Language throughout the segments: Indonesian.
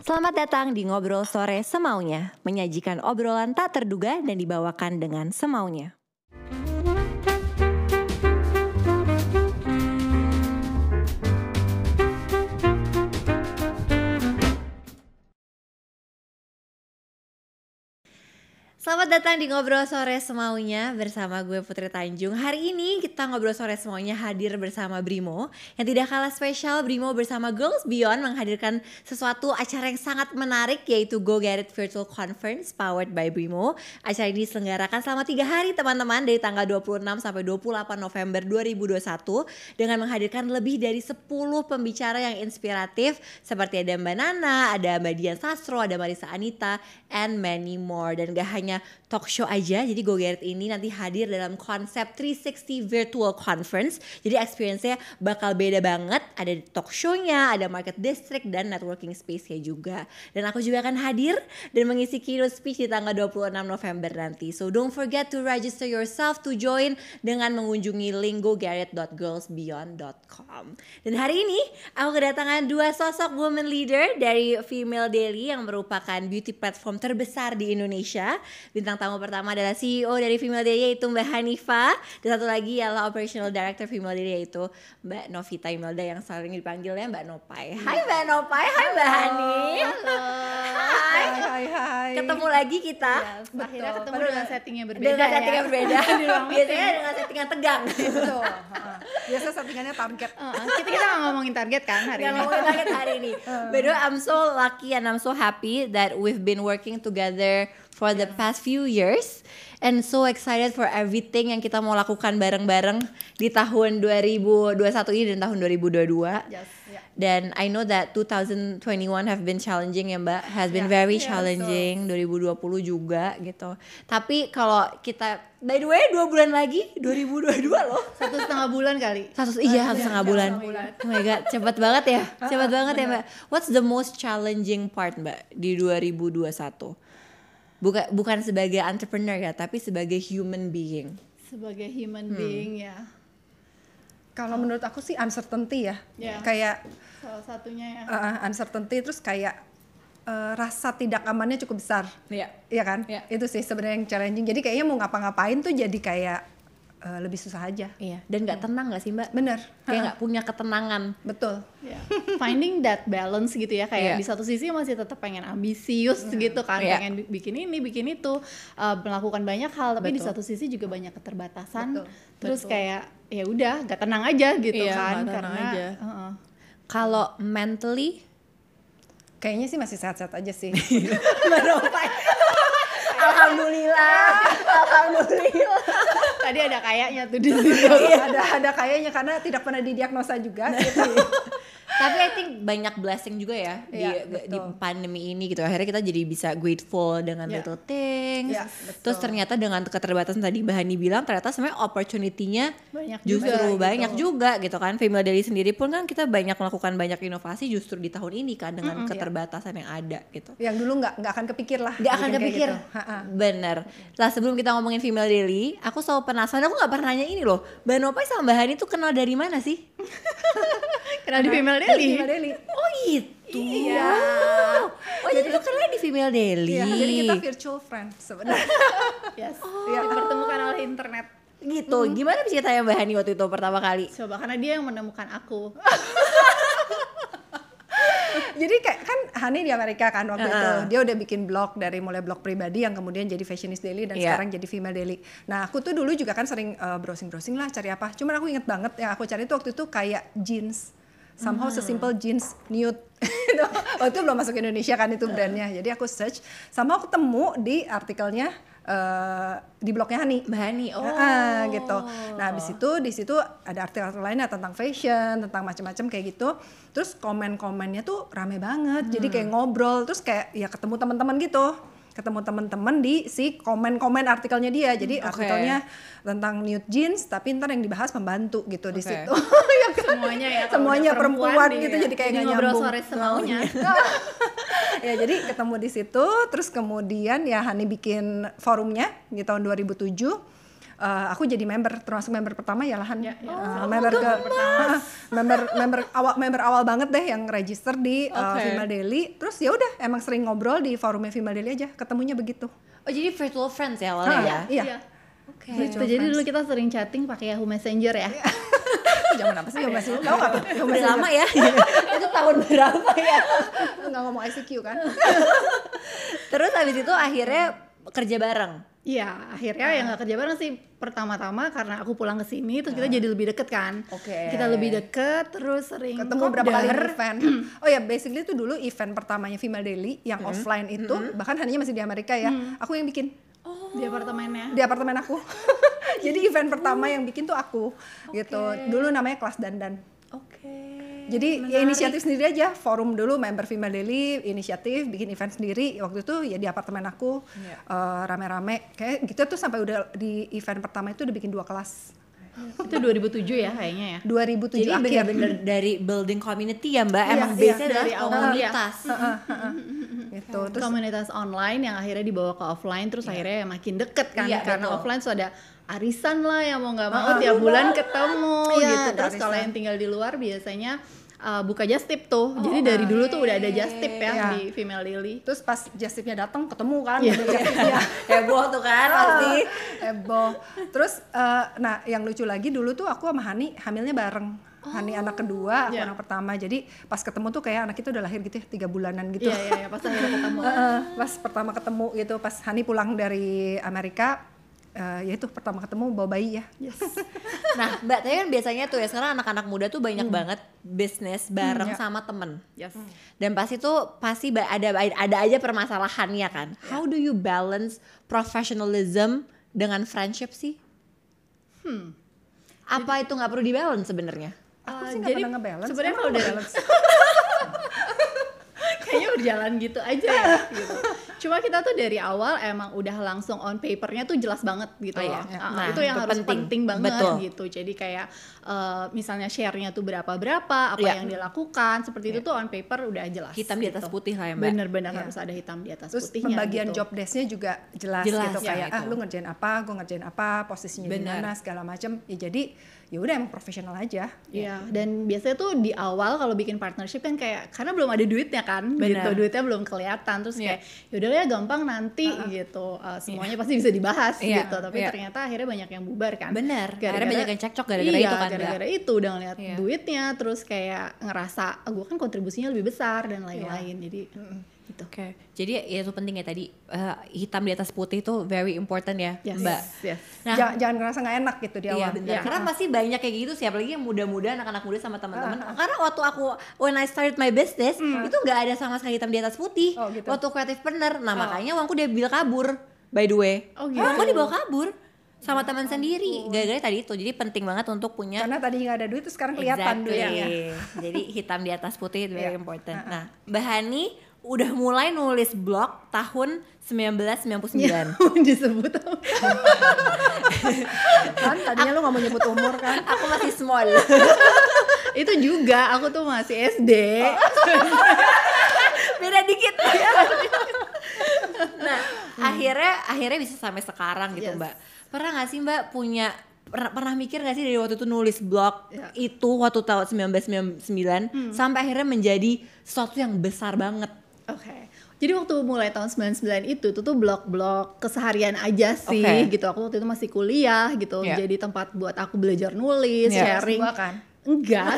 Selamat datang di Ngobrol Sore Semaunya, menyajikan obrolan tak terduga dan dibawakan dengan semaunya. Selamat datang di Ngobrol Sore Semaunya bersama gue Putri Tanjung. Hari ini kita Ngobrol Sore Semaunya hadir bersama Brimo. Yang tidak kalah spesial, Brimo bersama Girls Beyond menghadirkan sesuatu acara yang sangat menarik, yaitu Go Get It Virtual Conference powered by Brimo. Acara ini diselenggarakan selama 3 hari teman-teman, dari tanggal 26 sampai 28 November 2021 dengan menghadirkan lebih dari 10 pembicara yang inspiratif seperti ada Mbak Nana, ada Mbak Dian Sastro, ada Marissa Anita, and many more. Dan gak hanya talk show aja, jadi Go Get It ini nanti hadir dalam konsep 360 virtual conference. Jadi experience-nya bakal beda banget. Ada talk show-nya, ada market district, dan networking space-nya juga. Dan aku juga akan hadir dan mengisi keynote speech di tanggal 26 November nanti. So don't forget to register yourself to join dengan mengunjungi link gogetit.girlsbeyond.com. Dan hari ini aku kedatangan 2 sosok women leader dari Female Daily yang merupakan beauty platform terbesar di Indonesia. Bintang tamu pertama adalah CEO dari Female Daily, yaitu Mbak Hanifah. Dan satu lagi adalah Operational Director Female Daily, yaitu Mbak Novita Imelda yang sering dipanggilnya Mbak Nopai. Hai Mbak Nopai, hai Mbak Hani. Halo. Hai. Ketemu lagi kita. Yes, akhirnya ketemu dengan setting yang berbeda. Dengan setting yang berbeda. Di ruang Biasanya dengan setting yang tegang. Betul. Biasa settingannya target. Kita nggak ngomongin target kan hari Gak ini. ngomongin target hari ini. By the way, I'm so lucky and I'm so happy that we've been working together for the past few years and so excited for everything yang kita mau lakukan bareng-bareng di tahun 2021 ini dan tahun 2022. Yes. Dan I know that 2021 have been challenging ya Mbak, has been very challenging, 2020 juga gitu. Tapi kalau kita, by the way 2 bulan lagi 2022 loh. 1,5 bulan kali. 1,5 bulan. Oh my god, cepat banget ya. Cepat banget ya Mbak. What's the most challenging part Mbak di 2021? Bukan sebagai entrepreneur ya, tapi sebagai human being. Sebagai human being ya. Kalau menurut aku sih uncertainty ya. Ya. Kayak Salah satunya ya. uncertainty, terus kayak rasa tidak amannya cukup besar. Iya. Iya kan? Iya. Itu sih sebenarnya yang challenging. Jadi kayaknya mau ngapa-ngapain tuh jadi kayak lebih susah aja. Iya. Dan nggak tenang nggak sih Mbak? Bener. Kayak nggak punya ketenangan. Betul. Ya. Finding that balance gitu ya, kayak di satu sisi masih tetap pengen ambisius gitu kan, pengen bikin ini, bikin itu, melakukan banyak hal, tapi di satu sisi juga banyak keterbatasan. Betul. Terus kayak ya udah gak tenang aja gitu kan, nggak tenang karena aja. Kalau mentally Kayaknya sih masih sehat-sehat aja sih. Alhamdulillah. tadi ada kayaknya tuh di situ. ada kayaknya karena tidak pernah didiagnosa juga gitu. Tapi I think banyak blessing juga ya di pandemi ini gitu. Akhirnya kita jadi bisa grateful dengan little things. Ya, Terus ternyata dengan keterbatasan tadi Mbak Hani bilang, ternyata sebenarnya opportunity-nya Banyak justru juga, banyak juga gitu kan. Female Daily sendiri pun kan kita banyak melakukan banyak inovasi justru di tahun ini kan dengan keterbatasan yang ada gitu. Yang dulu nggak akan kepikir lah. Gak akan bikin kayak kepikir. gitu. Bener. Lah sebelum kita ngomongin Female Daily, aku selalu penasaran, aku gak pernah nanya ini loh, Mbak Nopai sama Mbak Hani tuh kenal dari mana sih? Kenal di Female Daily. Female Daily. Oh gitu. Iya. Oh jadi tuh kenalnya di Female Daily. Iya, jadi kita virtual friend sebenarnya. Yes. Dipertemukan oleh internet. Gitu. Gimana ceritanya Mbak Hani waktu itu pertama kali? Coba, karena dia yang menemukan aku. Jadi kayak kan Hani di Amerika kan waktu itu, dia udah bikin blog, dari mulai blog pribadi yang kemudian jadi Fashionist Daily dan sekarang jadi Female Daily. Nah aku tuh dulu juga kan sering browsing lah cari apa. Cuman aku inget banget yang aku cari tuh waktu itu kayak jeans. Somehow sesimpel jeans nude. Waktu itu belum masuk Indonesia kan itu brandnya. Jadi aku search, sama aku ketemu di artikelnya di blognya Hani. Mbak Hani, gitu. Nah habis itu di situ ada artikel lainnya tentang fashion, tentang macam-macam kayak gitu. Terus komen-komennya tuh rame banget. Jadi kayak ngobrol, terus kayak ya ketemu teman-teman gitu. Ketemu teman-teman di si komen-komen artikelnya dia. Jadi artikelnya tentang nude jeans, tapi ntar yang dibahas pembantu gitu di situ. Ya kan? Semuanya ya. Semuanya perempuan gitu, jadi kayak nggak ngobrol nyambung. sore semaunya. Ya jadi ketemu di situ, terus kemudian ya Hani bikin forumnya di tahun 2007. aku jadi termasuk member pertama ya Lahan. Member awal banget deh yang register di Female Daily. Terus ya udah emang sering ngobrol di forumnya Female Daily aja, ketemunya begitu. Oh jadi virtual friends ya awalnya ya? Iya. Oke. Jadi dulu kita sering chatting pakai Yahoo Messenger ya. Zaman apa sih Yahoo Messenger? Tahu apa? Udah lama ya. Itu tahun berapa ya? Nggak ngomong ICQ kan? Terus habis itu akhirnya kerja bareng. Iya, akhirnya yang nggak kerja bareng sih pertama-tama karena aku pulang ke sini terus kita jadi lebih deket kan. Kita lebih deket terus sering ketemu berapa kali event. Oh ya, basically itu dulu event pertamanya Female Daily yang offline itu, bahkan hanya masih di Amerika ya. Aku yang bikin. Di apartemennya. Di apartemen aku. Jadi event pertama yang bikin tuh aku gitu. Dulu namanya Kelas Dandan. Jadi ya inisiatif sendiri aja, forum dulu member Female Daily, inisiatif bikin event sendiri. Waktu itu ya di apartemen aku rame-rame kayak gitu tuh sampai udah di event pertama itu udah bikin 2 kelas. Itu 2007 ya kayaknya ya. 2007 Jadi akhir. bener-bener dari building community ya Mbak, emang Iya, base-nya dari adalah awal komunitas. Gitu. Terus Komunitas online yang akhirnya dibawa ke offline terus akhirnya ya makin deket kan karena betul. offline sudah arisan lah yang mau nggak mau tiap bulan ketemu gitu. Terus kalau yang tinggal di luar biasanya buka just tip tuh. Jadi dari dulu tuh udah ada just tip ya di Female Daily. Terus pas just tipnya datang ketemu kan, Heboh tuh kan pasti. heboh. Terus nah yang lucu lagi dulu tuh aku sama Hani hamilnya bareng. Hani anak kedua, aku anak pertama. Jadi pas ketemu tuh kayak anak itu udah lahir gitu ya, 3 bulanan gitu. Iya, pas akhirnya ketemu. Pas pertama ketemu gitu, pas Hani pulang dari Amerika, ya itu pertama ketemu bawa bayi ya. Nah Mbak, tapi kan biasanya tuh ya sekarang anak-anak muda tuh banyak banget bisnis bareng sama temen. Dan pas itu pasti ada aja permasalahannya kan. How do you balance professionalism dengan friendship sih? Apa itu nggak perlu dibalance sebenarnya? Aku sih nggak pernah ngebalance. Sebenarnya kalau dari kayaknya berjalan gitu aja ya gitu. Cuma kita tuh dari awal emang udah langsung on papernya tuh jelas banget gitu loh. Nah, itu yang harus penting banget gitu. Jadi kayak misalnya share-nya tuh berapa apa yang dilakukan seperti itu tuh on paper udah jelas. Hitam di atas putih lah ya Mbak. Bener-bener harus ada hitam di atas Terus putihnya. pembagian gitu. job desk-nya juga jelas gitu kayak lu ngerjain apa, gue ngerjain apa, posisinya di mana segala macam. Ya jadi ya udah emang profesional aja. Iya, dan biasanya tuh di awal kalau bikin partnership kan kayak karena belum ada duitnya kan, gitu, duitnya belum kelihatan terus kayak yaudah ya gampang nanti gitu, semuanya pasti bisa dibahas gitu, tapi ternyata akhirnya banyak yang bubar kan. Bener, akhirnya banyak yang cekcok gara-gara itu kan. Gara-gara itu udah ngeliat duitnya, terus kayak ngerasa gue kan kontribusinya lebih besar dan lain-lain, jadi gitu. Jadi ya itu penting ya tadi hitam di atas putih itu very important ya Mbak. Nah, jangan ngerasa nggak enak gitu di awal. Karena pasti banyak kayak gitu sih, apalagi yang muda-muda, anak-anak muda sama teman-teman. Karena waktu when I started my business itu nggak ada sama sekali hitam di atas putih. Gitu. Waktu creativepreneur, nah makanya uangku dia bilang kabur. By the way, uangku dibawa kabur sama teman sendiri. Gara-gara tadi itu, jadi penting banget untuk punya. Karena tadi nggak ada duit, terus sekarang kelihatan duitnya. Jadi hitam di atas putih itu very important. Nah, Mbak Hani udah mulai nulis blog tahun 1999. Disebut kan tadinya lu nggak mau nyebut umur kan. Aku masih small. Itu juga aku tuh masih SD. Beda dikit. Nah, akhirnya bisa sampai sekarang gitu Mbak. Pernah nggak sih Mbak pernah mikir gak sih dari waktu itu nulis blog itu waktu tahun 1999 sampai akhirnya menjadi sesuatu yang besar banget? Jadi waktu mulai tahun 99 itu tuh blog-blog keseharian aja sih gitu. Aku waktu itu masih kuliah gitu. Jadi tempat buat aku belajar nulis, sharing. Kan? Enggak.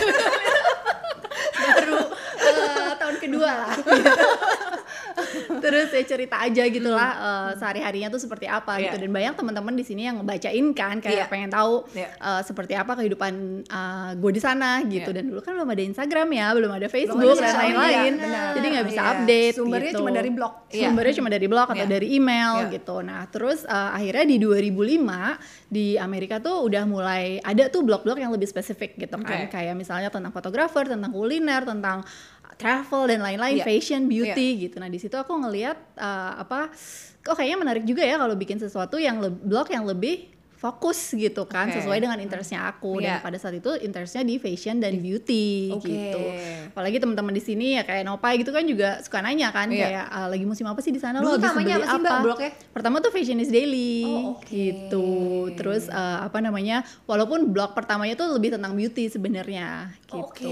Baru tahun kedua lah. Terus ya cerita aja gitu lah sehari-harinya tuh seperti apa gitu, dan banyak teman-teman di sini yang ngebacain kan kayak pengen tahu seperti apa kehidupan gue di sana gitu. Dan dulu kan belum ada Instagram ya, belum ada Facebook dan lain-lain, jadi nggak bisa update. Sumbernya gitu. cuma dari blog. Sumbernya cuma dari blog atau dari email gitu. Nah terus akhirnya di 2005 di Amerika tuh udah mulai ada tuh blog-blog yang lebih spesifik gitu kan, kayak misalnya tentang fotografer, tentang kuliner, tentang travel dan lain-lain, fashion, beauty gitu. Nah di situ aku ngelihat kayaknya menarik juga ya kalau bikin sesuatu yang blog yang lebih fokus gitu kan, sesuai dengan interestnya aku. Dan pada saat itu interestnya di fashion dan beauty gitu. Apalagi teman-teman di sini ya kayak Nopai gitu kan juga suka nanya kan, kayak lagi musim apa sih di sana, lo bisa beli apa? Mbak, blognya? Pertama tuh Fashionist Daily gitu. Terus walaupun blog pertamanya tuh lebih tentang beauty sebenarnya gitu.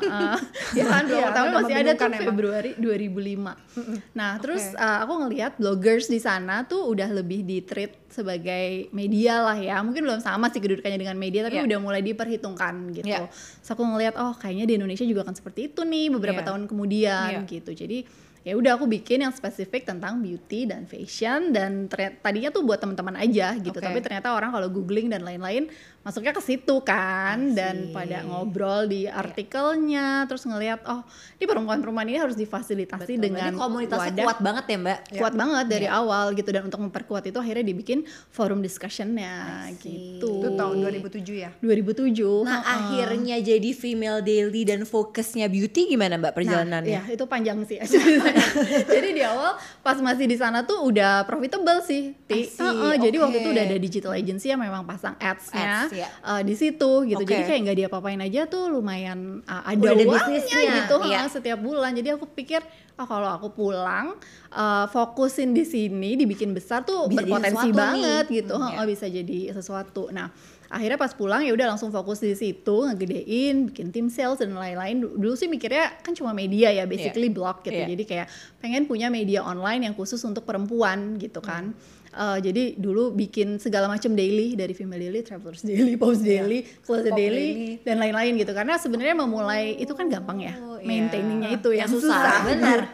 Ya kan, blog pertama masih ada tuh Februari 2005. Nah, terus aku ngelihat bloggers di sana tuh udah lebih di-treat sebagai media lah ya, mungkin belum sama sih kedudukannya dengan media, tapi udah mulai diperhitungkan gitu. So aku ngelihat kayaknya di Indonesia juga akan seperti itu nih beberapa tahun kemudian gitu. Jadi ya udah aku bikin yang spesifik tentang beauty dan fashion, dan tadinya tuh buat teman-teman aja gitu. Tapi ternyata orang kalau googling dan lain-lain masuknya ke situ kan, dan pada ngobrol di artikelnya, terus ngelihat ini perempuan-perempuan ini harus difasilitasi dengan komunitasnya wadah. Kuat banget ya Mbak? Kuat banget dari awal gitu, dan untuk memperkuat itu akhirnya dibikin forum discussionnya gitu. Itu tahun 2007 ya? 2007. Nah akhirnya jadi Female Daily dan fokusnya beauty gimana Mbak perjalanannya? Nah, itu panjang sih. Jadi di awal pas masih di sana tuh udah profitable sih. Jadi waktu itu udah ada digital agency yang memang pasang ads-nya di situ gitu. Jadi kayak nggak diapa-apain aja tuh lumayan ada uangnya gitu setiap bulan. Jadi aku pikir kalau aku pulang fokusin di sini dibikin besar tuh bisa berpotensi banget gitu. Bisa jadi sesuatu. Nah, akhirnya pas pulang ya udah langsung fokus di situ, ngegedein, bikin tim sales dan lain-lain. Dulu sih mikirnya kan cuma media ya, basically blog gitu. Jadi kayak pengen punya media online yang khusus untuk perempuan gitu kan. Jadi dulu bikin segala macam daily, dari Female Daily, Travelers Daily, Pose Daily, Closet Daily dan lain-lain gitu. Karena sebenarnya memulai itu kan gampang ya, maintainingnya itu yang susah. Bener.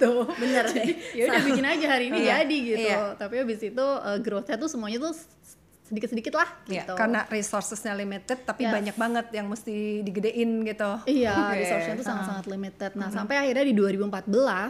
Ya udah bikin aja hari ini jadi gitu. Tapi habis itu growth-nya tuh semuanya tuh sedikit-sedikit lah gitu. Karena resourcesnya limited, tapi banyak banget yang mesti digedein gitu. Iya, resource-nya tuh sangat-sangat limited. Nah, sampai akhirnya di 2014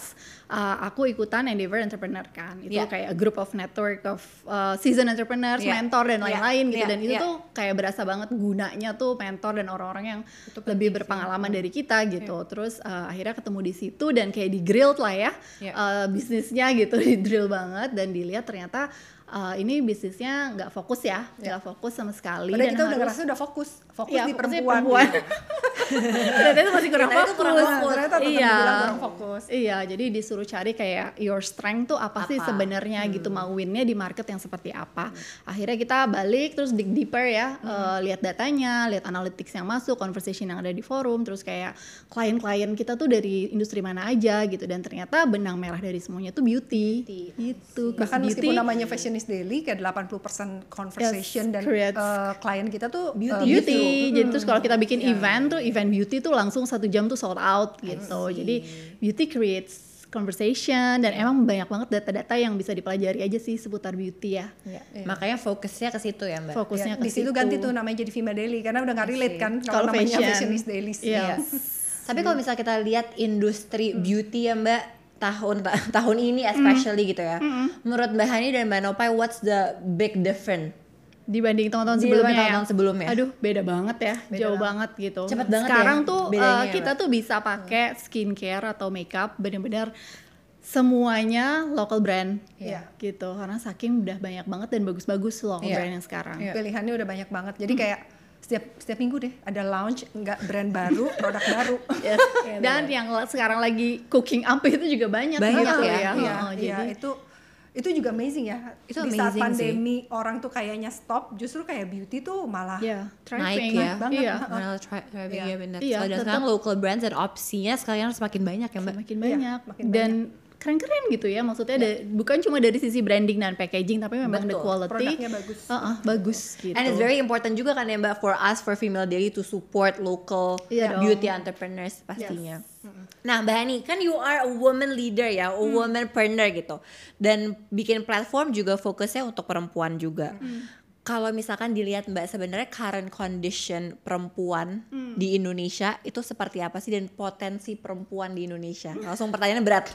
aku ikutan Endeavor Entrepreneur kan. Itu kayak a group of network of seasoned entrepreneurs, mentor dan lain-lain gitu. Dan itu tuh kayak berasa banget gunanya tuh mentor dan orang-orang yang lebih berpengalaman dari kita gitu. Terus akhirnya ketemu di situ dan kayak di-grilled lah ya. Bisnisnya gitu, di-drill banget dan dilihat ternyata ini bisnisnya nggak fokus nggak fokus sama sekali. Padahal dan kita udah ngerasa udah fokus di perempuan. Ternyata itu masih kurang fokus. Ternyata kurang fokus. Iya, jadi disuruh cari kayak your strength tuh apa sih sebenarnya gitu, mau winnya di market yang seperti apa. Akhirnya kita balik terus dig deeper ya, lihat datanya, lihat analytics yang masuk, conversation yang ada di forum, terus kayak klien-klien kita tuh dari industri mana aja gitu, dan ternyata benang merah dari semuanya tuh beauty. Gitu. Bahkan meskipun namanya Fashionist Daily, kayak 80% conversation dan klien kita tuh beauty. Jadi terus kalau kita bikin event tuh, event beauty tuh langsung 1 jam tuh sold out gitu. Jadi beauty creates conversation, dan emang banyak banget data-data yang bisa dipelajari aja sih seputar beauty ya. Makanya fokusnya ke situ ya Mbak. Fokusnya ke di situ ganti tuh namanya jadi Female Daily karena udah nggak relate kan kalau namanya Fashionist Daily. Tapi kalau misalnya kita lihat industri beauty ya Mbak, tahun ini especially gitu ya. Menurut Mbak Hani dan Mbak Nopai, what's the big difference dibanding tahun-tahun sebelumnya? Aduh, beda banget ya, jauh banget gitu. Cepet banget sekarang ya, tuh kita tuh bisa pakai skincare atau makeup bener-bener semuanya local brand gitu, karena saking udah banyak banget dan bagus-bagus local brand yang sekarang. Pilihannya udah banyak banget, jadi kayak setiap minggu deh ada launch, nggak brand baru, produk baru. Dan yang sekarang lagi cooking up itu juga banyak ya. Jadi itu juga amazing ya. Itu di amazing saat pandemi sih. Orang tuh kayaknya stop, justru kayak beauty tuh malah naik ya. Malah thriving ya benar. Dan sekarang local brands dan opsinya sekarang semakin banyak ya Mbak. Makin banyak. Dan keren-keren gitu ya, maksudnya bukan cuma dari sisi branding dan packaging, tapi memang the quality produknya bagus. Bagus gitu. And it's very important juga kan ya Mbak, for us, for Female Daily to support local beauty entrepreneurs pastinya. Nah Mbak Hani, kan you are a woman leader ya, a womanpreneur gitu, dan bikin platform juga fokusnya untuk perempuan juga. Kalau misalkan dilihat Mbak, sebenarnya current condition perempuan di Indonesia itu seperti apa sih, dan potensi perempuan di Indonesia? Langsung pertanyaannya berat.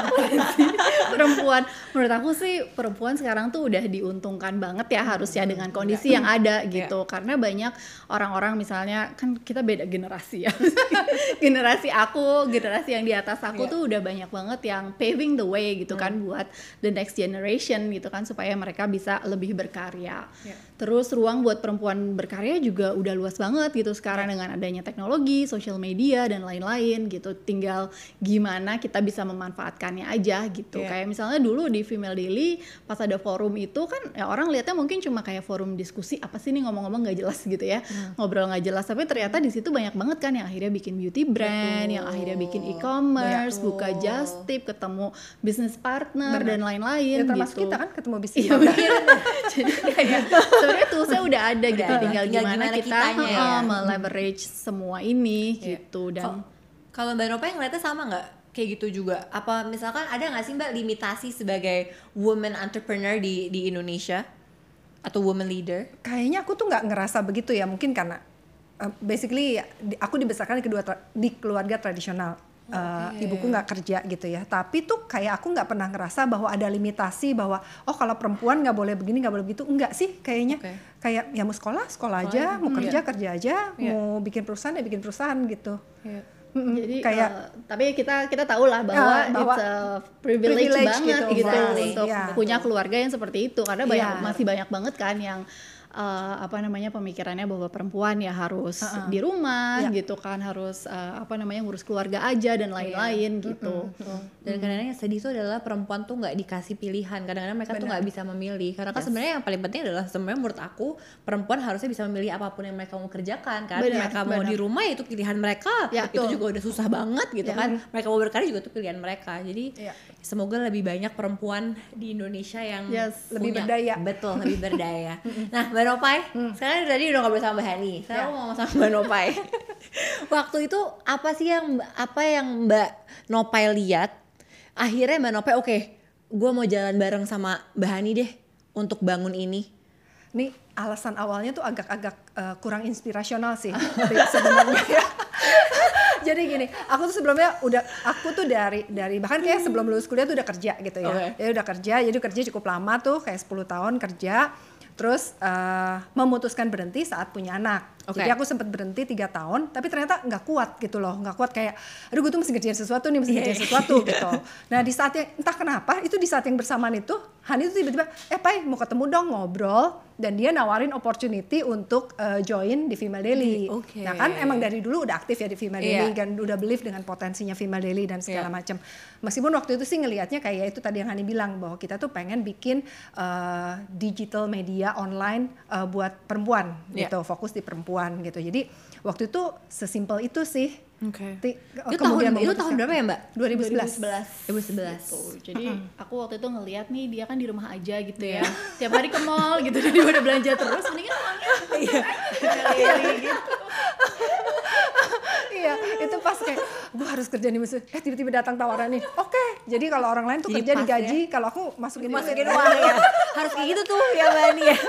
Perempuan, menurut aku sih perempuan sekarang tuh udah diuntungkan banget ya harusnya dengan kondisi yang ada gitu, karena banyak orang-orang misalnya kan kita beda generasi ya. Generasi aku, generasi yang di atas aku tuh udah banyak banget yang paving the way gitu kan buat the next generation gitu kan, supaya mereka bisa lebih berkarya. Terus ruang buat perempuan berkarya juga udah luas banget gitu sekarang dengan adanya teknologi, social media dan lain-lain gitu. Tinggal gimana kita bisa memanfaatkannya aja gitu. Kayak misalnya dulu di Female Daily pas ada forum itu kan ya orang lihatnya mungkin cuma kayak forum diskusi, apa sih nih ngomong-ngomong nggak jelas gitu ya, ngobrol nggak jelas. Tapi ternyata di situ banyak banget kan yang akhirnya bikin beauty brand, yang akhirnya bikin e-commerce, buka just tip, ketemu business partner dan lain-lain. Ya, termasuk gitu. kita kan ketemu bisnis partner. Jadi kayak sebenarnya toolsnya udah ada gitu, tinggal gimana kita meleverage semua ini gitu. Dan kalau Mbak Nopa yang ngeliatnya sama nggak kayak gitu juga? Apa misalkan ada nggak sih Mbak limitasi sebagai woman entrepreneur di Indonesia atau woman leader? Kayaknya aku tuh nggak ngerasa begitu ya, mungkin karena basically aku dibesarkan di keluarga tradisional. Ibuku nggak kerja gitu ya, tapi tuh kayak aku nggak pernah ngerasa bahwa ada limitasi bahwa kalau perempuan nggak boleh begini, nggak boleh begitu. Enggak sih kayaknya. Kayak ya mau sekolah aja, mau kerja aja, mau bikin perusahaan ya bikin perusahaan gitu. Jadi kayak tapi kita tahu lah bahwa it's a privilege banget gitu untuk punya keluarga yang seperti itu, karena masih banyak banget kan yang pemikirannya bahwa perempuan ya harus di rumah gitu kan, harus ngurus keluarga aja dan lain-lain gitu. Dan kadang-kadang yang sedih itu adalah perempuan tuh nggak dikasih pilihan, kadang-kadang mereka tuh nggak bisa memilih, karena kan sebenarnya yang paling penting adalah sebenarnya menurut aku perempuan harusnya bisa memilih apapun yang mereka mau kerjakan kan. Mereka mau di rumah itu pilihan mereka, itu juga udah susah banget gitu kan. Mereka mau berkarya juga tuh pilihan mereka. Jadi semoga lebih banyak perempuan di Indonesia yang lebih berdaya. Betul, lebih berdaya. Nah, Mbak Nopai, sekarang tadi udah ngobrol sama Mbak Hani. Sekarang aku mau sama Mbak Nopai. Waktu itu apa sih yang Mbak Nopai lihat? Akhirnya Mbak Nopai, oke, gue mau jalan bareng sama Mbak Hani deh untuk bangun ini. Nih alasan awalnya tuh agak-agak kurang inspirasional sih sebenarnya ya. Jadi gini, aku tuh sebelumnya aku tuh dari bahkan kayak sebelum lulus kuliah tuh udah kerja gitu ya. Ya udah kerja, jadi kerja cukup lama tuh kayak 10 tahun kerja. Terus memutuskan berhenti saat punya anak. Jadi aku sempat berhenti 3 tahun, tapi ternyata nggak kuat gitu loh, nggak kuat kayak, aduh gue tuh mesti ngerjain sesuatu gitu. Nah di saat yang entah kenapa itu di saat yang bersamaan itu, Hani tuh tiba-tiba, Pai mau ketemu dong ngobrol, dan dia nawarin opportunity untuk join di Female Daily. Nah kan emang dari dulu udah aktif ya di Female Daily, dan udah believe dengan potensinya Female Daily dan segala macam. Meskipun waktu itu sih ngelihatnya kayak itu tadi yang Hani bilang bahwa kita tuh pengen bikin digital media online buat perempuan gitu, fokus di perempuan gitu. Jadi waktu itu sesimpel itu sih. Itu tahun berapa ya Mbak? 2011. Gitu. Jadi aku waktu itu ngelihat nih dia kan di rumah aja gitu ya. Tiap hari ke mall gitu, jadi udah belanja terus, mendingan uangnya gitu. Iya, itu pas kayak gue harus kerja nih, tiba-tiba datang tawaran nih. Jadi kalau orang lain tuh jadi kerja digaji, kalau aku masukin uang ya. Harus kayak gitu tuh ya Mbak Ani ya.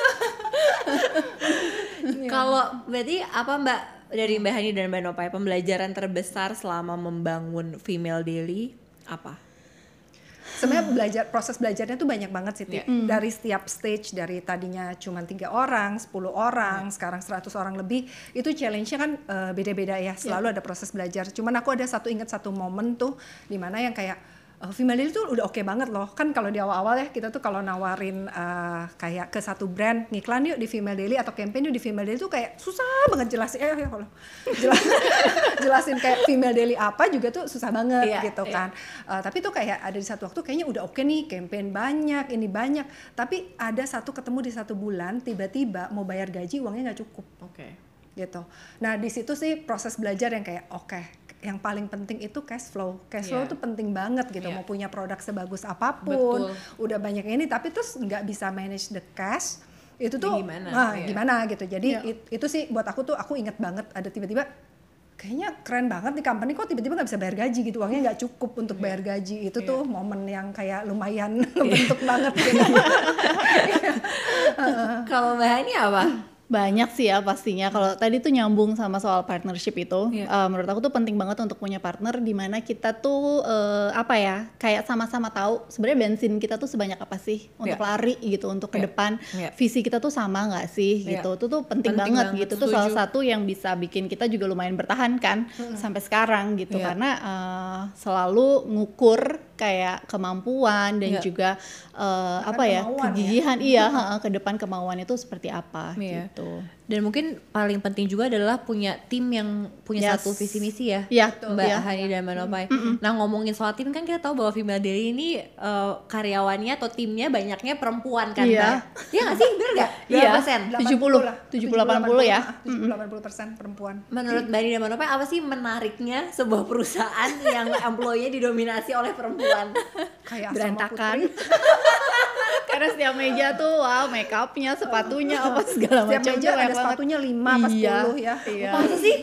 Kalau berarti apa Mbak, dari Mbak Hani dan Mbak Nopai, pembelajaran terbesar selama membangun Female Daily apa? Sebenarnya proses belajarnya tuh banyak banget sih, dari setiap stage, dari tadinya cuma 3 orang, 10 orang, sekarang 100 orang lebih, itu challenge-nya kan beda-beda ya, selalu ada proses belajar. Cuman aku ingat satu momen tuh dimana yang kayak Female Daily tuh udah oke banget loh, kan kalau di awal-awal ya kita tuh kalau nawarin kayak ke satu brand ngiklan yuk di Female Daily atau campaign yuk di Female Daily tuh kayak susah banget jelasin, jelasin kayak Female Daily apa juga tuh susah banget gitu kan. Tapi tuh kayak ada di satu waktu kayaknya udah oke nih, campaign banyak, ini banyak, tapi ada ketemu di 1 bulan tiba-tiba mau bayar gaji uangnya nggak cukup. Gitu. Nah di situ sih proses belajar yang kayak yang paling penting itu cash flow. Cash flow tuh penting banget gitu. Mau punya produk sebagus apapun, udah banyak ini, tapi terus nggak bisa manage the cash, itu tuh gimana gitu. Jadi itu sih buat aku inget banget ada tiba-tiba kayaknya keren banget nih company kok tiba-tiba nggak bisa bayar gaji gitu, uangnya nggak cukup untuk bayar gaji. Itu tuh momen yang kayak lumayan ngebentuk banget gitu. Kalau Mbak Hani apa? Banyak sih ya pastinya. Kalau tadi tuh nyambung sama soal partnership itu, menurut aku tuh penting banget untuk punya partner di mana kita tuh apa ya, kayak sama-sama tahu sebenarnya bensin kita tuh sebanyak apa sih untuk lari gitu, untuk ke depan. Visi kita tuh sama nggak sih gitu. Itu tuh penting banget gitu. Itu salah satu yang bisa bikin kita juga lumayan bertahan kan sampai sekarang gitu, karena selalu ngukur kayak kemampuan dan juga apa ya, kegigihan ke depan kemauan itu seperti apa gitu. Dan mungkin paling penting juga adalah punya tim yang punya satu visi misi ya, Mbak Hani dan Mbak Nopai. Nah, ngomongin soal tim kan kita tahu bahwa Female Daily ini karyawannya atau timnya banyaknya perempuan kan, Mbak? Iya nggak sih, bener nggak? Iya, 70-80 ya. 70-80% perempuan. Menurut Mbak Hani dan Mbak Nopai, apa sih menariknya sebuah perusahaan yang employee-nya didominasi oleh perempuan? Kayak berantakan. Karena setiap meja tuh make up-nya, sepatunya apa segala macam. Setiap meja ada sepatunya 5 apa 10 ya. Masa sih?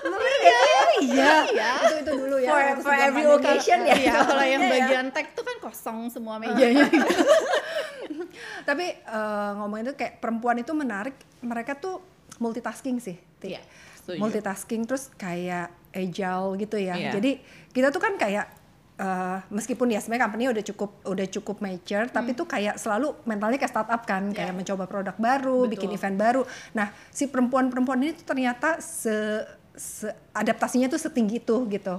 Iya. Itu dulu ya. For every occasion ya. Iya, kalau yang bagian tech tuh kan kosong semua mejanya gitu. Tapi ngomongin itu kayak perempuan itu menarik, mereka tuh multitasking sih. Iya, setuju. Multitasking terus kayak agile gitu ya. Jadi kita tuh kan kayak meskipun ya sebenarnya company udah cukup mature, tapi tuh kayak selalu mentalnya kayak startup kan, kayak mencoba produk baru, bikin event baru. Nah, si perempuan-perempuan ini tuh ternyata adaptasinya tuh setinggi itu gitu.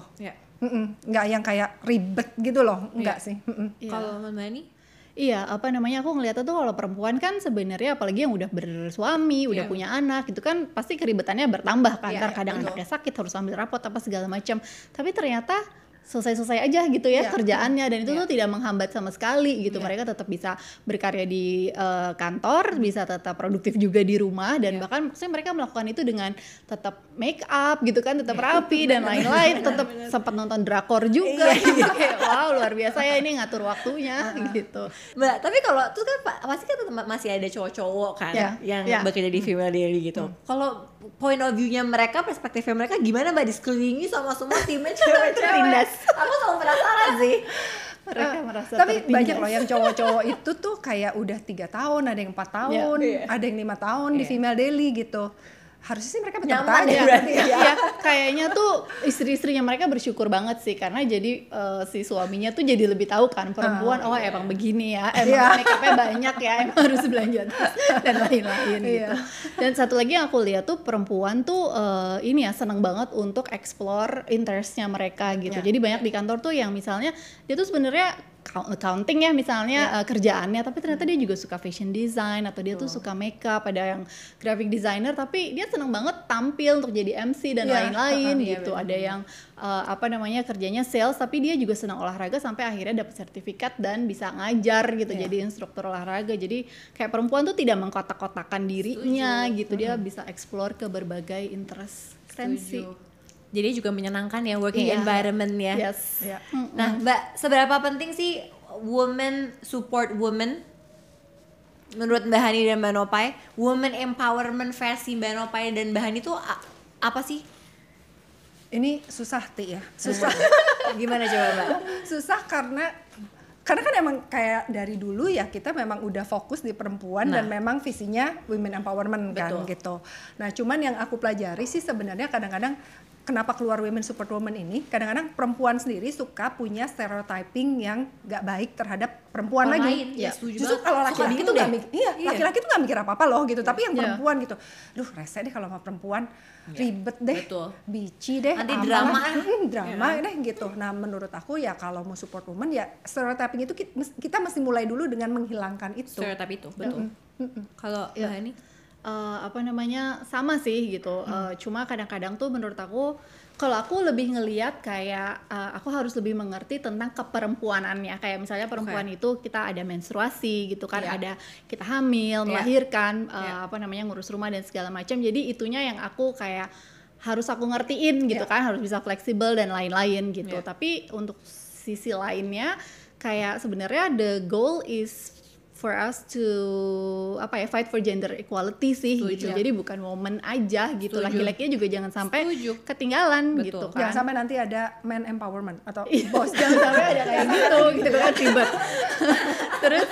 Nggak yang kayak ribet gitu loh, enggak sih. Kalau Mbak Hani? Iya, apa namanya, aku ngeliatnya tuh kalau perempuan kan sebenarnya apalagi yang udah bersuami, udah punya anak gitu kan pasti keribetannya bertambah kan. Kadang anaknya sakit harus ambil rapot apa segala macam. Tapi ternyata selesai-selesai aja gitu ya kerjaannya, dan itu tuh tidak menghambat sama sekali gitu. Mereka tetap bisa berkarya di kantor, bisa tetap produktif juga di rumah, dan bahkan maksudnya mereka melakukan itu dengan tetap make up gitu kan, tetap rapi dan lain-lain, tetap sempat nonton drakor juga gitu. Kayak wow, luar biasa ya ini ngatur waktunya gitu. Mbak, tapi kalau tuh kan pasti kan tetap masih ada cowok-cowok kan yang bekerja di Female Daily gitu. Kalau point of view-nya mereka, perspektifnya mereka gimana Mbak, disekelilingi sama semua timnya cewek-cewek? Aku selalu penasaran sih. Mereka merasa tapi tertindas. banyak loh yang cowok-cowok itu tuh kayak udah 3 tahun, ada yang 4 tahun, ada yang 5 tahun di Female Daily gitu. Harusnya sih mereka nyaman ya berarti ya. Kayaknya tuh istri-istrinya mereka bersyukur banget sih, karena jadi si suaminya tuh jadi lebih tahu kan perempuan, emang begini ya, emang make up-nya banyak ya, emang harus belanja tas dan lain-lain gitu. Dan satu lagi yang aku lihat tuh perempuan tuh ini ya seneng banget untuk explore interest-nya mereka gitu. Jadi banyak di kantor tuh yang misalnya dia tuh sebenarnya accounting ya misalnya kerjaannya, tapi ternyata dia juga suka fashion design, atau dia tuh suka makeup, ada yang graphic designer tapi dia seneng banget tampil untuk jadi MC dan lain-lain gitu. Ada yang apa namanya kerjanya sales tapi dia juga senang olahraga sampai akhirnya dapat sertifikat dan bisa ngajar gitu, jadi instruktur olahraga. Jadi kayak perempuan tuh tidak mengkotak-kotakan dirinya gitu, dia bisa explore ke berbagai interest. Keren sih. Jadi juga menyenangkan ya working environment ya. Nah, Mbak, seberapa penting sih women support women? Menurut Mbak Hani dan Mbak Nopai, women empowerment versi Mbak Nopai dan Mbak Hani itu apa sih? Ini susah ya. Susah. Gimana coba Mbak? Susah karena kan emang kayak dari dulu ya kita memang udah fokus di perempuan dan memang visinya women empowerment kan gitu. Nah, cuman yang aku pelajari sih sebenarnya kadang-kadang kenapa keluar women support women ini, kadang-kadang perempuan sendiri suka punya stereotyping yang gak baik terhadap perempuan lagi. Justru kalau laki-laki tuh gak mikir, laki-laki tuh gak mikir apa-apa loh gitu, tapi yang perempuan gitu, duh rese deh kalau sama perempuan, ribet deh, bici deh, nanti drama deh gitu. Nah, menurut aku ya kalau mau support women ya stereotyping itu kita mesti mulai dulu dengan menghilangkan itu. Stereotype itu, betul. Kalau Mbak Hani? Apa namanya sama sih gitu. Cuma kadang-kadang tuh menurut aku, kalau aku lebih ngelihat kayak aku harus lebih mengerti tentang keperempuanannya. Kayak misalnya perempuan itu kita ada menstruasi gitu kan, ada kita hamil, melahirkan, apa namanya ngurus rumah dan segala macam. Jadi itunya yang aku kayak harus aku ngertiin gitu kan, harus bisa fleksibel dan lain-lain gitu. Tapi untuk sisi lainnya kayak sebenarnya the goal is for us to fight for gender equality sih gitu. Jadi bukan woman aja gitu, laki-lakinya juga jangan sampai ketinggalan. Betul. Gitu kan. Jangan sampai nanti ada man empowerment atau bos, jangan sampai ada kayak gitu kan ribet. Terus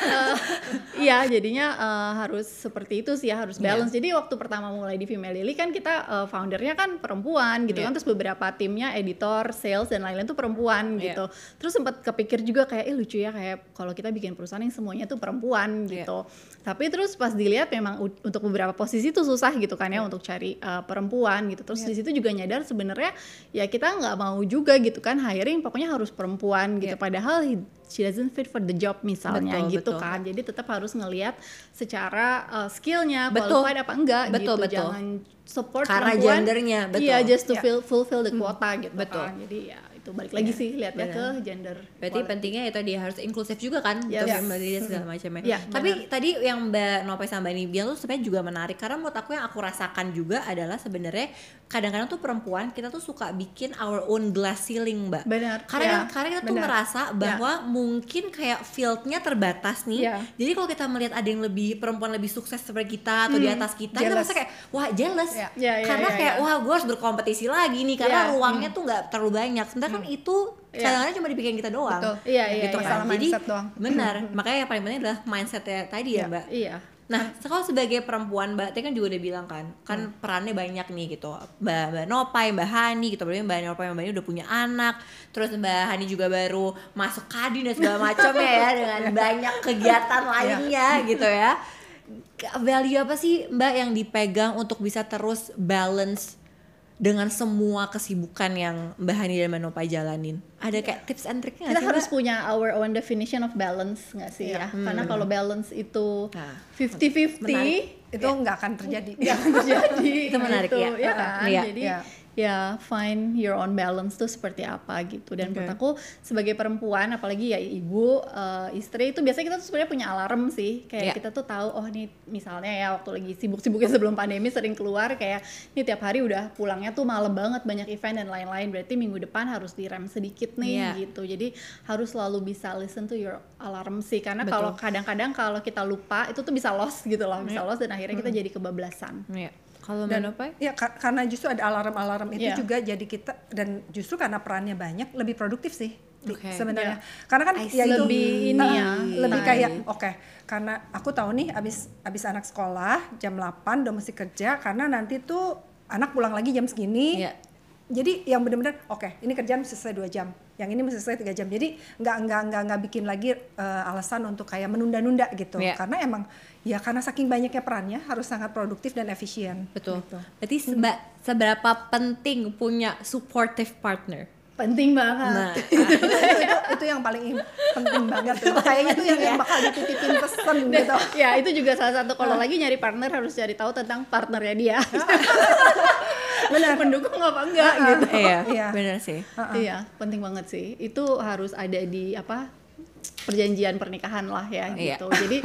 jadinya harus seperti itu sih ya, harus balance. Jadi waktu pertama mulai di Female Daily kan kita foundernya kan perempuan gitu kan, terus beberapa timnya editor, sales dan lain-lain tuh perempuan gitu. Terus sempat kepikir juga kayak lucu ya, kayak kalau kita bikin perusahaan yang semuanya tuh perempuan gitu. Tapi terus pas dilihat memang untuk beberapa posisi tuh susah gitu kan ya untuk cari perempuan gitu. Terus di situ juga nyadar sebenarnya ya kita nggak mau juga gitu kan hiring pokoknya harus perempuan gitu. Padahal she doesn't fit for the job misalnya gitu kan. Jadi tetap harus ngelihat secara skillnya qualified apa enggak gitu. Jangan support karena perempuan gendernya. Iya, just to fulfill the quota gitu kan. Jadi ya itu balik lagi sih lihatnya ke gender. Berarti pentingnya itu dia harus inklusif juga kan, untuk Mbak Lydia segala macamnya. Tapi tadi yang Mbak Nopay sama Mbak Nibian tuh sebenarnya juga menarik karena menurut aku yang aku rasakan juga adalah sebenarnya kadang-kadang tuh perempuan kita tuh suka bikin our own glass ceiling, Mbak. Benar. Karena kita tuh merasa bahwa mungkin kayak fieldnya terbatas nih. Jadi kalau kita melihat ada yang lebih perempuan lebih sukses seperti kita atau di atas kita merasa kayak wah jealous. Karena kayak wah gue harus berkompetisi lagi nih karena ruangnya tuh nggak terlalu banyak. Sementara kan itu kadang-kadang cuma dipikirin kita doang. Gitu kan. Jadi doang. Benar. Makanya yang paling penting adalah mindsetnya tadi ya, Mbak. Nah, kalau sebagai perempuan, Mbak Teh kan juga udah bilang kan perannya banyak nih gitu. Mbak Nopay, Mbak Hani gitu. Berarti Mbak Nopay, Mbak Hani udah punya anak. Terus Mbak Hani juga baru masuk Kadin dan segala macamnya ya dengan banyak kegiatan lainnya gitu ya. Value apa sih Mbak yang dipegang untuk bisa terus balance dengan semua kesibukan yang Mbak Hani dan Mbak Nopay jalanin? Ada kayak tips and triknya nggak sih? Kita harus punya our own definition of balance nggak sih ya? Karena kalau balance itu 50-50 itu nggak akan terjadi. Itu menarik gitu, ya kan? Jadi ya find your own balance tuh seperti apa gitu. Dan menurut aku sebagai perempuan apalagi ya ibu, istri itu biasanya kita tuh sebenarnya punya alarm sih. Kayak kita tuh tahu oh nih misalnya ya waktu lagi sibuk-sibuknya sebelum pandemi sering keluar kayak nih tiap hari udah pulangnya tuh malam banget banyak event dan lain-lain. Berarti minggu depan harus direm sedikit nih gitu. Jadi harus selalu bisa listen to your alarm sih. Karena kalau kadang-kadang kalau kita lupa itu tuh bisa lost gitu loh. Bisa lost dan akhirnya kita jadi kebablasan. Kalau Mbak Nopay? Ya karena justru ada alarm-alarm itu juga jadi kita dan justru karena perannya banyak lebih produktif sih sebenarnya. Karena kan ya itu lebih kayak karena aku tahu nih abis anak sekolah jam 8 udah mesti kerja karena nanti tuh anak pulang lagi jam segini. Jadi yang benar-benar ini kerjaan mesti selesai 2 jam, yang ini mesti selesai 3 jam. Jadi nggak bikin lagi alasan untuk kayak menunda-nunda gitu. Karena emang ya karena saking banyaknya perannya harus sangat produktif dan efisien. Betul. Gitu. Berarti seberapa penting punya supportive partner? Penting banget. Nah, itu yang paling penting banget tuh. Kayaknya itu yang bakal dititipin pesen gitu. Ya itu juga salah satu kalau lagi nyari partner harus cari tahu tentang partnernya dia. Benar, pendukung apa enggak gitu. Iya, benar sih. Iya, penting banget sih. Itu harus ada di perjanjian pernikahan lah ya gitu. Jadi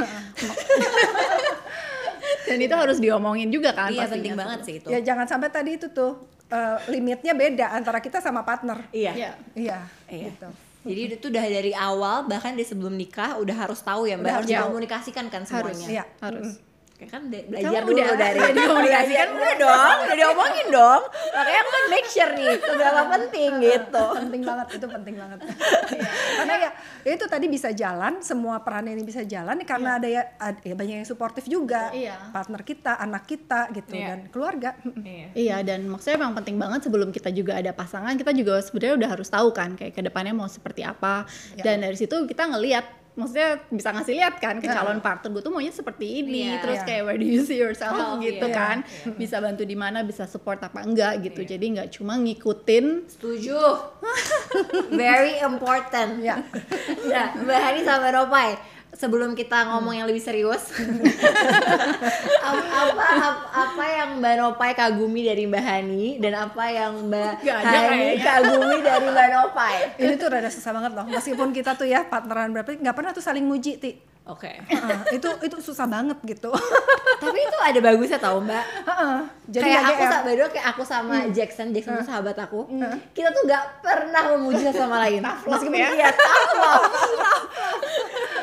dan itu harus diomongin juga kan. Iya, penting banget sih itu. Ya jangan sampai tadi itu tuh limitnya beda antara kita sama partner. Iya. Gitu. Jadi itu udah dari awal bahkan di sebelum nikah udah harus tahu ya Mbak, harus dikomunikasikan kan semuanya. Harus. Kan belajar dulu dari komunikasikan udah diomongin dong. Makanya aku kan make sure nih seberapa penting gitu. Penting banget, itu penting banget. Karena ya itu tadi bisa jalan, semua peran ini bisa jalan karena ada ya banyak yang suportif juga. Partner kita, anak kita gitu dan keluarga. Iya, dan maksudnya memang penting banget sebelum kita juga ada pasangan, kita juga sebenarnya udah harus tahu kan kayak kedepannya mau seperti apa. Dan dari situ kita ngelihat, maksudnya bisa ngasih lihat kan ke calon partner gue tuh maunya seperti ini, terus kayak where do you see yourself gitu kan, bisa bantu di mana, bisa support apa enggak gitu. Jadi nggak cuma ngikutin. Setuju. Very important. Nah, Mbak Hani sama Mbak Nopay, sebelum kita ngomong yang lebih serius, apa yang Mbak Nopay kagumi dari Mbak Hani dan apa yang Mbak Hani kagumi dari Mbak Nopay? Ini tuh rada susah banget loh, meskipun kita tuh ya partneran berapa, nggak pernah tuh saling muji, Ti. Itu susah banget gitu. Tapi itu ada bagusnya tau Mbak. Jadi kayak aku sama Jackson tuh sahabat aku. Kita tuh gak pernah memuji sama lain. Meskipun dia tahu.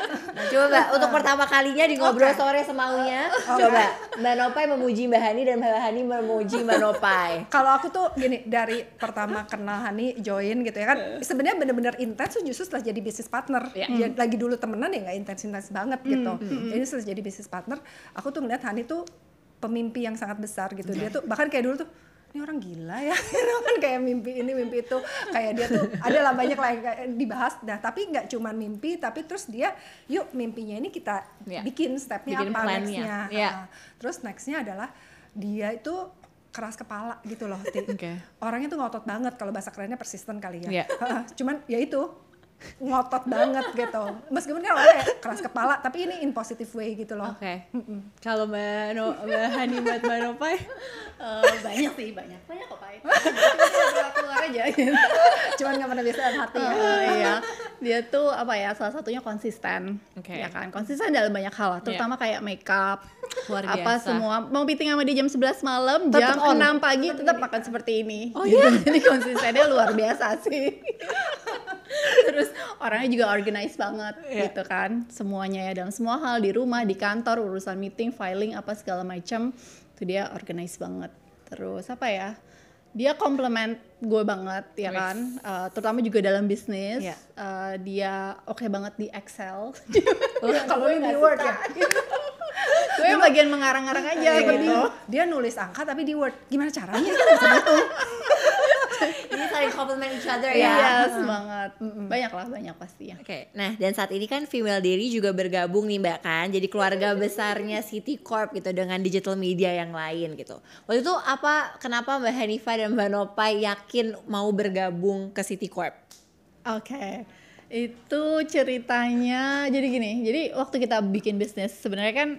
Coba Mbak, untuk pertama kalinya di Ngobrol Sore Semaunya, coba Mbak Nopai memuji Mbak Hani dan Mbak Hani memuji Mbak Nopai. Kalau aku tuh gini, dari pertama kenal Hani join gitu ya kan, sebenarnya bener-bener intens tuh justru setelah jadi bisnis partner. Ya, lagi dulu temenan ya nggak intens-intens banget gitu. Jadi setelah jadi bisnis partner, aku tuh ngeliat Hani tuh pemimpi yang sangat besar gitu. Dia tuh bahkan kayak dulu tuh, ini orang gila ya, kan kayak mimpi ini mimpi itu, kayak dia tuh adalah banyak lah yang kayak dibahas. Nah tapi nggak cuma mimpi, tapi terus dia yuk mimpinya ini kita bikin stepnya bikin apa plannya. nextnya. Terus nextnya adalah dia itu keras kepala gitu loh, orangnya tuh ngotot banget, kalau bahasa kerennya persisten kali ya. Cuman ya itu ngotot banget gitu, meskipun kan orangnya keras kepala tapi ini in positive way gitu loh. Kalau Mbak Hani buat Mbak Nopai? Banyak kok Pai. Keluar aja gitu. Cuman nggak pernah biasa dalam hati ya. Iya, dia tuh apa ya, salah satunya konsisten, ya kan, konsisten dalam banyak hal, terutama kayak makeup, luar biasa. apa semua, mau meeting sama dia jam 11 malam, jam 6 pagi tetap akan seperti ini. Jadi konsistennya luar biasa sih. Terus orangnya juga organize banget gitu kan, semuanya ya, dalam semua hal, di rumah, di kantor, urusan meeting, filing, apa segala macam, itu dia organize banget. Terus apa ya, dia komplement gue banget ya kan, terutama juga dalam bisnis. Dia oke banget di Excel. Kalau ini di Word ya. Gue yang bagian mengarang-arang aja gitu. Dia nulis angka tapi di Word, gimana caranya kita bisa hitung? Ini saling compliment each other ya. Yes, banget. Banyak pasti ya. Nah dan saat ini kan Female Daily juga bergabung nih Mbak kan, jadi keluarga besarnya City Corp gitu dengan digital media yang lain gitu. Waktu itu kenapa Mbak Hanifah dan Mbak Nopai yakin mau bergabung ke City Corp? Itu ceritanya jadi gini, jadi waktu kita bikin bisnis sebenarnya kan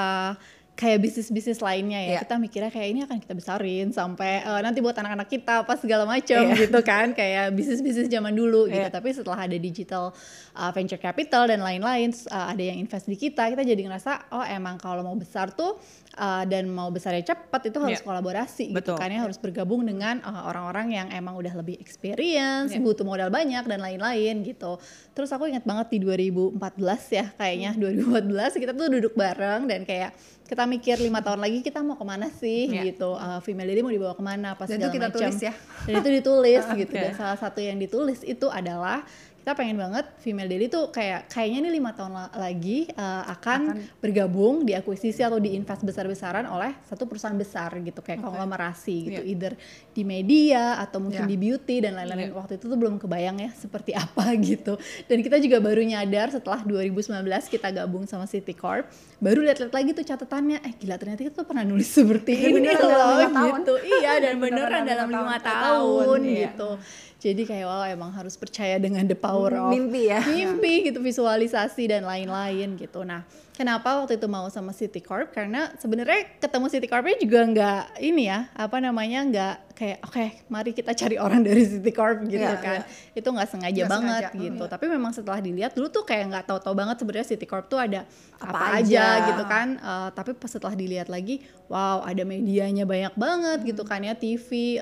kayak bisnis-bisnis lainnya ya, kita mikirnya kayak ini akan kita besarin sampai nanti buat anak-anak kita apa segala macam gitu kan, kayak bisnis-bisnis zaman dulu gitu. Tapi setelah ada digital venture capital dan lain-lain, ada yang invest di kita jadi ngerasa oh emang kalau mau besar tuh dan mau besarnya cepat itu harus kolaborasi gitu kan ya, harus bergabung dengan orang-orang yang emang udah lebih experience, butuh modal banyak dan lain-lain gitu. Terus aku ingat banget di 2014 ya kayaknya, 2014 kita tuh duduk bareng dan kayak kita mikir 5 tahun lagi kita mau kemana sih gitu, Female Daily mau dibawa kemana apa segala macam. Dan itu kita tulis ya. Dan itu ditulis gitu. Dan salah satu yang ditulis itu adalah kita pengen banget Female Daily tuh kayaknya nih 5 tahun lagi akan bergabung, diakuisisi atau diinvest besar-besaran oleh satu perusahaan besar gitu, kayak konglomerasi gitu, either di media atau mungkin di beauty dan lain-lain. Waktu itu tuh belum kebayang ya seperti apa gitu. Dan kita juga baru nyadar setelah 2019 kita gabung sama City Corp, baru lihat-lihat lagi tuh catatannya, gila ternyata kita tuh pernah nulis seperti ini loh gitu. Iya, dan beneran dalam 5 tahun gitu. Jadi kayak wow, emang harus percaya dengan the power of mimpi gitu, visualisasi dan lain-lain gitu. Nah, kenapa waktu itu mau sama City Corp? Karena sebenarnya ketemu City Corp-nya juga nggak ini ya, nggak kayak oke, mari kita cari orang dari City Corp gitu kan. Itu nggak sengaja banget gitu. Tapi memang setelah dilihat dulu tuh kayak nggak tahu-tahu banget sebenarnya City Corp tuh ada apa aja gitu kan. Tapi pas setelah dilihat lagi, wow, ada medianya banyak banget gitu kan ya, TV,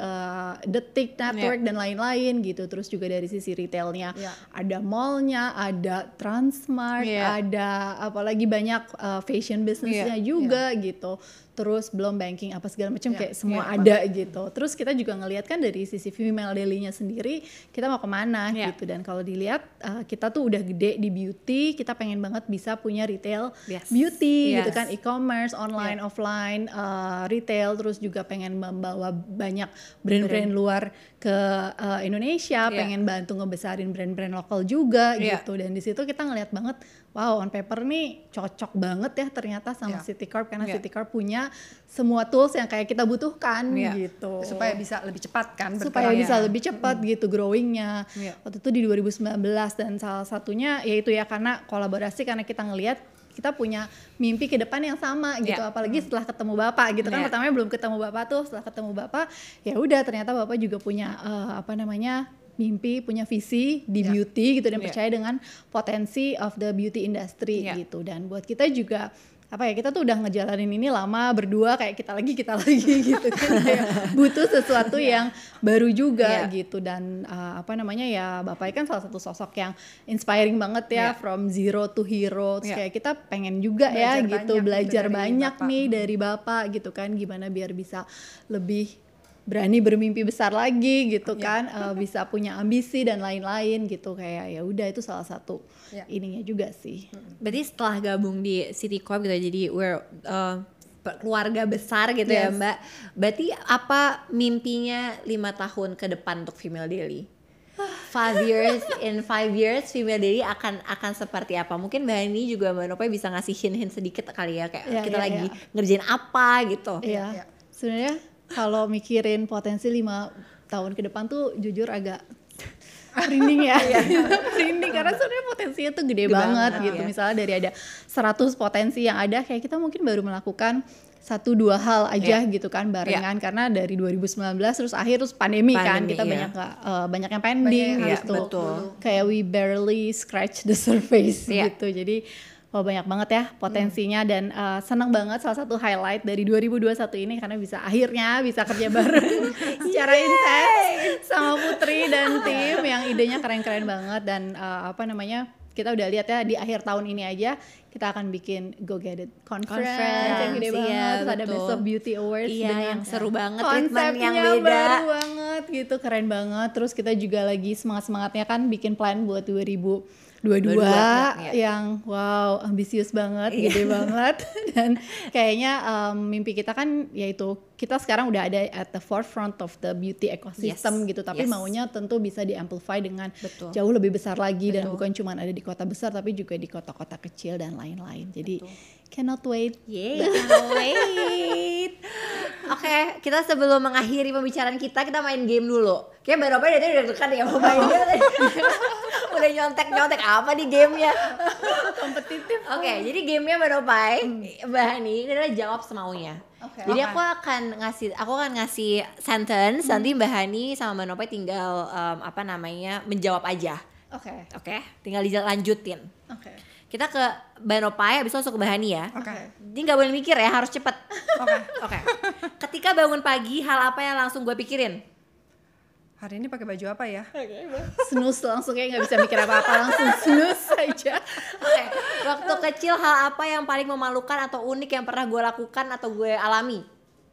Detik Network dan lain-lain gitu. Terus juga dari sisi retailnya ada mallnya, ada Transmart, ada apalagi banyak fashion businessnya juga gitu. Terus belum banking apa segala macam kayak semua ada gitu. Terus kita juga ngelihat kan dari sisi Female Daily-nya sendiri kita mau kemana gitu. Dan kalau dilihat kita tuh udah gede di beauty, kita pengen banget bisa punya retail beauty gitu kan, e-commerce, online, offline, retail. Terus juga pengen membawa banyak brand-brand luar ke Indonesia, pengen bantu ngebesarin brand-brand lokal juga gitu. Dan di situ kita ngelihat banget, wow, on paper nih cocok banget ya ternyata sama City Corp, karena City Corp punya semua tools yang kayak kita butuhkan gitu. Supaya bisa lebih cepat kan supaya bisa lebih cepat gitu growingnya. Waktu itu di 2019 dan salah satunya yaitu ya karena kolaborasi, karena kita ngelihat kita punya mimpi ke depan yang sama gitu, apalagi setelah ketemu Bapak gitu kan. Pertamanya belum ketemu Bapak tuh, setelah ketemu Bapak ya udah ternyata Bapak juga punya mimpi, punya visi di beauty gitu, dan percaya dengan potensi of the beauty industry gitu. Dan buat kita juga apa ya, kita tuh udah ngejalanin ini lama berdua, kayak kita lagi gitu kan, kayak butuh sesuatu yang baru juga gitu. Dan apa namanya ya, Bapak kan salah satu sosok yang inspiring banget ya, from zero to hero. Terus kayak kita pengen juga belajar ya gitu, belajar banyak nih dari Bapak gitu kan, gimana biar bisa lebih berani bermimpi besar lagi gitu kan, bisa punya ambisi dan lain-lain gitu. Kayak ya udah, itu salah satu ininya juga sih. Berarti setelah gabung di City Corp gitu, jadi we're keluarga besar gitu ya Mbak. Berarti apa mimpinya 5 tahun ke depan untuk Female Daily? 5 years, in 5 years Female Daily akan seperti apa? Mungkin Mbak Hani juga Mbak Nopay bisa ngasih hint sedikit kali ya, kayak kita lagi ngerjain apa gitu. Iya. Sebenarnya kalau mikirin potensi 5 tahun ke depan tuh jujur agak merinding ya. Merinding karena sebenarnya potensinya tuh gede banget gitu. Misalnya dari ada 100 potensi yang ada, kayak kita mungkin baru melakukan 1-2 hal aja gitu kan barengan, karena dari 2019 terus pandemi kan, kita banyak yang pending gitu. Kayak we barely scratch the surface gitu. Jadi banyak banget ya potensinya, dan senang banget salah satu highlight dari 2021 ini karena akhirnya bisa kerja bareng secara intens sama Putri dan tim yang idenya keren-keren banget. Dan apa namanya, kita udah lihat ya di akhir tahun ini aja kita akan bikin Go Get It Conference yang gede banget, terus ada Best of Beauty Awards yang seru banget, konsepnya yang beda, baru banget gitu, keren banget. Terus kita juga lagi semangat-semangatnya kan bikin plan buat 2022 yang wow, ambisius banget, gede banget. Dan kayaknya mimpi kita kan yaitu kita sekarang udah ada at the forefront of the beauty ecosystem gitu, tapi maunya tentu bisa di-amplify dengan jauh lebih besar lagi, dan bukan cuma ada di kota besar tapi juga di kota-kota kecil dan lain-lain. Jadi cannot wait. Cannot wait. Oke, kita sebelum mengakhiri pembicaraan kita main game dulu. Kayak Mbak Nopay dari tadi udah dekat ya mau main game. Udah nyontek apa di gamenya. Kompetitif. Oke, jadi gamenya Mbak Nopay, Mbak Hani, ini adalah jawab semaunya. Jadi aku akan ngasih sentence, nanti Mbak Hani sama Mbak Nopay tinggal menjawab aja. Oke, tinggal dilanjutin. Kita ke Mbak Nopay, habis itu langsung ke Mbak Hani ya. Jadi nggak boleh mikir ya, harus cepet. Oke. Ketika bangun pagi, hal apa yang langsung gue pikirin? Hari ini pakai baju apa ya? Snooze langsung, kayak nggak bisa mikir apa-apa, langsung snooze aja. Waktu kecil, hal apa yang paling memalukan atau unik yang pernah gue lakukan atau gue alami?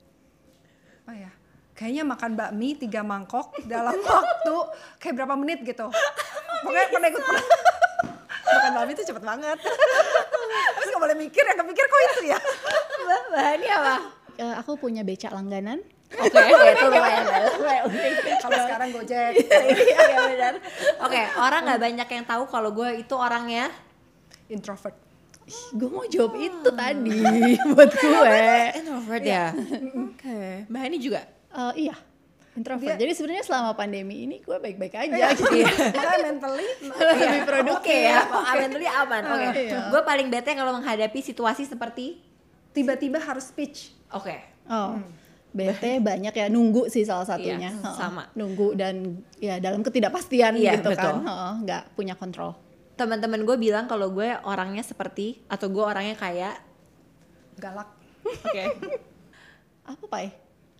Apa ya? Kayaknya makan bakmi 3 mangkok dalam waktu kayak berapa menit gitu. Pokoknya pernah ikut makan bakmi itu cepet banget. Terus gak boleh mikir, yang kepikir kok itu ya. Mbak Hani apa? Aku punya becak langganan. Oke, itu lumayan. Kalau sekarang Gojek. Iya benar. Oke, orang nggak banyak yang tahu kalau gue itu orangnya Introvert. Gue mau jawab itu tadi buat gue. Introvert ya. Oke. Mbak Hani juga? Iya. Introvert. Jadi sebenarnya selama pandemi ini gue baik-baik aja. Kita mentally lebih produktif ya. Mentally aman. Oke. Gue paling bete kalau menghadapi situasi seperti tiba-tiba harus speech. Oke. Bete banyak ya, nunggu sih salah satunya. Sama. Nunggu dan ya dalam ketidakpastian gitu betul. Kan. Nggak punya kontrol. Teman-teman gue bilang kalau gue orangnya seperti, atau gue orangnya kayak galak. Oke. Apa Pai?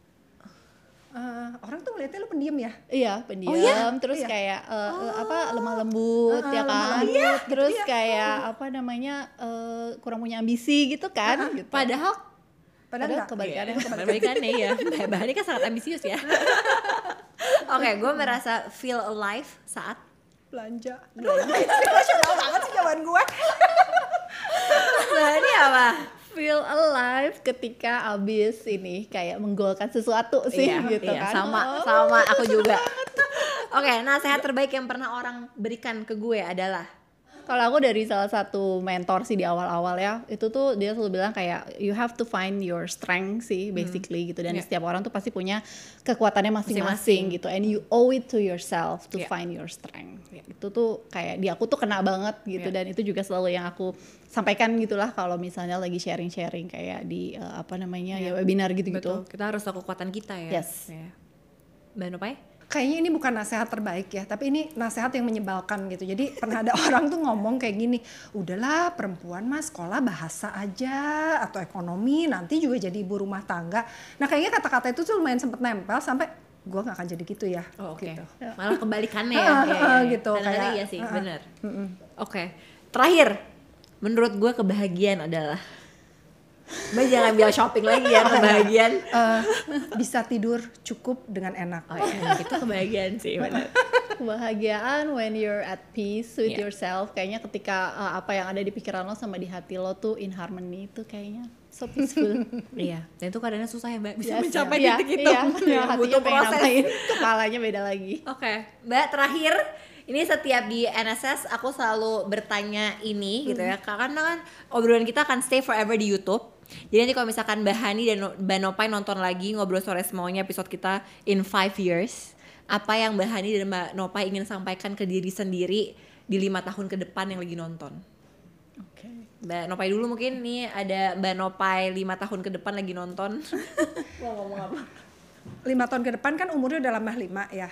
Orang tuh ngeliatnya lu pendiam ya? Iya, pendiam. Terus kayak lemah lembut ya kan. Terus kayak apa namanya, kurang punya ambisi gitu kan. Gitu. Padahal kebalikannya ya. Mbak Hani kan sangat ambisius ya. Oke, gue merasa feel alive saat belanja. Emosional banget sih jawaban gue. Mbak Hani apa? Feel alive ketika abis ini kayak menggolkan sesuatu sih gitu kan. Sama aku juga. Oke, nasihat terbaik yang pernah orang berikan ke gue adalah, kalau aku dari salah satu mentor sih di awal-awal ya, itu tuh dia selalu bilang kayak you have to find your strength sih basically gitu, dan setiap orang tuh pasti punya kekuatannya masing-masing gitu, and you owe it to yourself to find your strength. Itu tuh kayak di aku tuh kena banget gitu, dan itu juga selalu yang aku sampaikan gitulah kalau misalnya lagi sharing-sharing kayak di ya webinar gitu-gitu. Betul. Kita harus tahu kekuatan kita ya. Yes. Mbak Nopay? kayaknya ini bukan nasihat terbaik ya, tapi ini nasihat yang menyebalkan gitu. Jadi pernah ada orang tuh ngomong kayak gini, udahlah perempuan mah sekolah bahasa aja atau ekonomi, nanti juga jadi ibu rumah tangga. Nah kayaknya kata-kata itu tuh lumayan sempet nempel sampai gue gak akan jadi gitu ya. Oke. Gitu. Malah kebalikannya ya. Gitu. Kadang-kadang iya sih, benar. Oke. Terakhir, menurut gue kebahagiaan adalah Mbak jangan bilang shopping lagi ya, kebahagiaan. Bisa tidur cukup dengan enak. Oh iya, itu kebahagiaan sih, benar. Kebahagiaan when you're at peace with yourself, kayaknya ketika apa yang ada di pikiran lo sama di hati lo tuh in harmony, itu kayaknya so peaceful. Iya, dan itu kadang susah ya Mbak, bisa Yes, mencapai iya, titik itu. iya, Butuh hatinya pengen proses. ngapain, kepalanya beda lagi. Oke, Mbak terakhir, ini setiap di NSS aku selalu bertanya ini gitu ya, karena kan obrolan kita akan stay forever di YouTube. Jadi nanti kalau misalkan Mbak Hani dan Mbak Nopai nonton lagi Ngobrol Sore Semaunya episode kita in 5 years, apa yang Mbak Hani dan Mbak Nopai ingin sampaikan ke diri sendiri di 5 tahun ke depan yang lagi nonton? Oke. Mbak Nopai dulu mungkin, nih ada Mbak Nopai 5 tahun ke depan lagi nonton. Mau ngomong apa? 5 tahun ke depan kan umurnya udah lama 5 ya.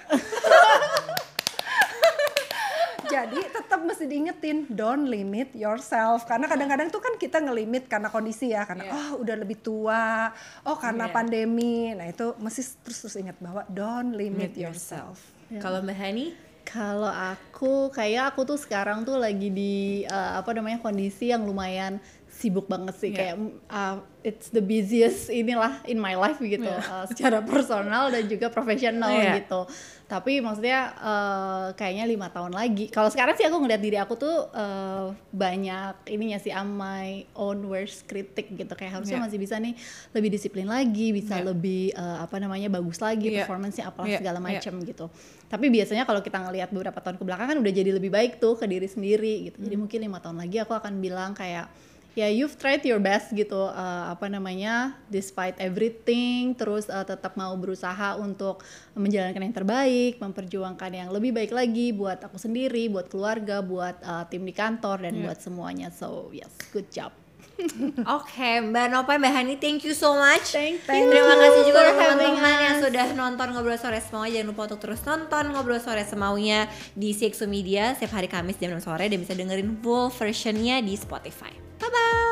Jadi tetap mesti diingetin, don't limit yourself. Karena kadang-kadang tuh kan kita ngelimit karena kondisi ya, karena udah lebih tua, karena pandemi. Nah itu mesti terus ingat bahwa don't limit yourself. Kalau Mbak Hani? Kalau aku kayak aku tuh sekarang tuh lagi di kondisi yang lumayan sibuk banget sih, kayak it's the busiest inilah in my life gitu, secara personal dan juga profesional gitu. Tapi maksudnya kayaknya 5 tahun lagi. Kalau sekarang sih aku ngeliat diri aku tuh banyak ininya sih, I'm my own worst critic gitu, kayak harusnya masih bisa nih lebih disiplin lagi, bisa lebih bagus lagi performance-nya apalah segala macam gitu. Tapi biasanya kalau kita ngelihat beberapa tahun kebelakangan udah jadi lebih baik tuh ke diri sendiri gitu. Jadi mungkin 5 tahun lagi aku akan bilang kayak ya you've tried your best gitu, despite everything, terus tetap mau berusaha untuk menjalankan yang terbaik, memperjuangkan yang lebih baik lagi buat aku sendiri, buat keluarga, buat tim di kantor dan buat semuanya. So yes, good job. Oke, Mbak Nopai, Mbak Hani, thank you so much. Thank you. Terima kasih juga for untuk having teman-teman yang us. sudah nonton Ngobrol Sore Semaunya. Jangan lupa untuk terus nonton Ngobrol Sore Semaunya di CXO Media setiap hari Kamis jam 6 sore dan bisa dengerin full versionnya di Spotify. Bye-bye.